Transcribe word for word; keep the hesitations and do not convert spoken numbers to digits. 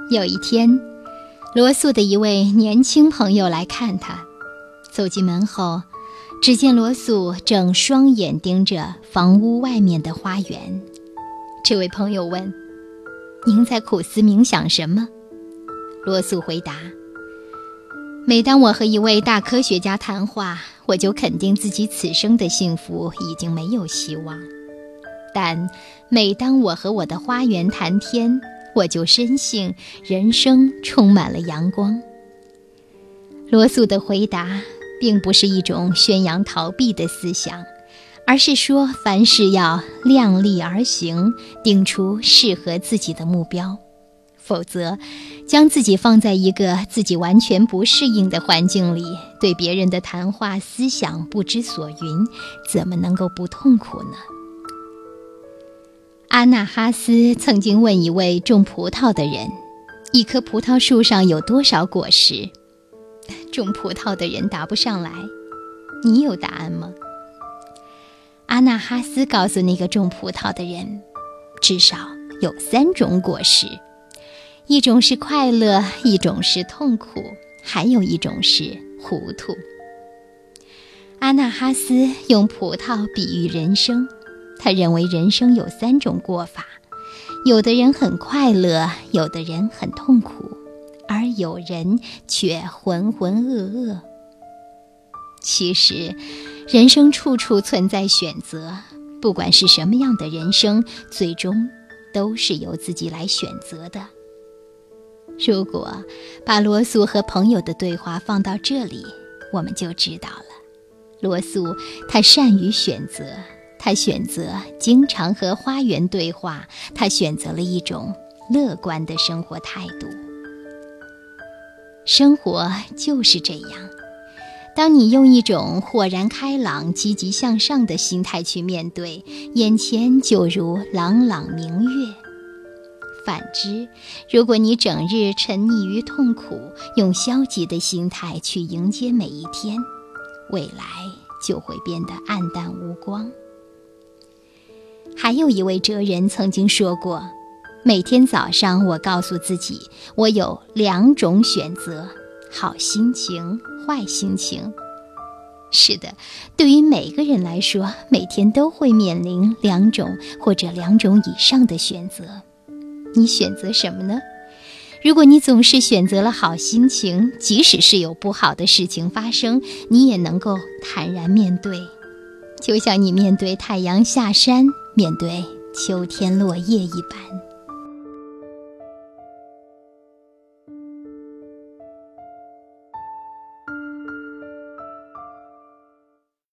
有一天，罗素的一位年轻朋友来看他，走进门后，只见罗素正双眼盯着房屋外面的花园。这位朋友问：您在苦思冥想什么？罗素回答：每当我和一位大科学家谈话，我就肯定自己此生的幸福已经没有希望，但每当我和我的花园谈天，我就深信人生充满了阳光。罗素的回答并不是一种宣扬逃避的思想，而是说凡事要量力而行，定出适合自己的目标，否则将自己放在一个自己完全不适应的环境里，对别人的谈话思想不知所云，怎么能够不痛苦呢？阿纳哈斯曾经问一位种葡萄的人，一棵葡萄树上有多少果实？种葡萄的人答不上来。你有答案吗？阿纳哈斯告诉那个种葡萄的人，至少有三种果实，一种是快乐，一种是痛苦，还有一种是糊涂。阿纳哈斯用葡萄比喻人生，他认为人生有三种过法，有的人很快乐，有的人很痛苦，而有人却浑浑噩噩。其实人生处处存在选择，不管是什么样的人生，最终都是由自己来选择的。如果把罗素和朋友的对话放到这里，我们就知道了，罗素他善于选择，他选择经常和花园对话，他选择了一种乐观的生活态度。生活就是这样，当你用一种豁然开朗、积极向上的心态去面对，眼前就如朗朗明月。反之，如果你整日沉溺于痛苦，用消极的心态去迎接每一天，未来就会变得暗淡无光。还有一位哲人曾经说过，每天早上我告诉自己，我有两种选择，好心情、坏心情。是的，对于每个人来说，每天都会面临两种或者两种以上的选择。你选择什么呢？如果你总是选择了好心情，即使是有不好的事情发生，你也能够坦然面对，就像你面对太阳下山，面对秋天落叶一般。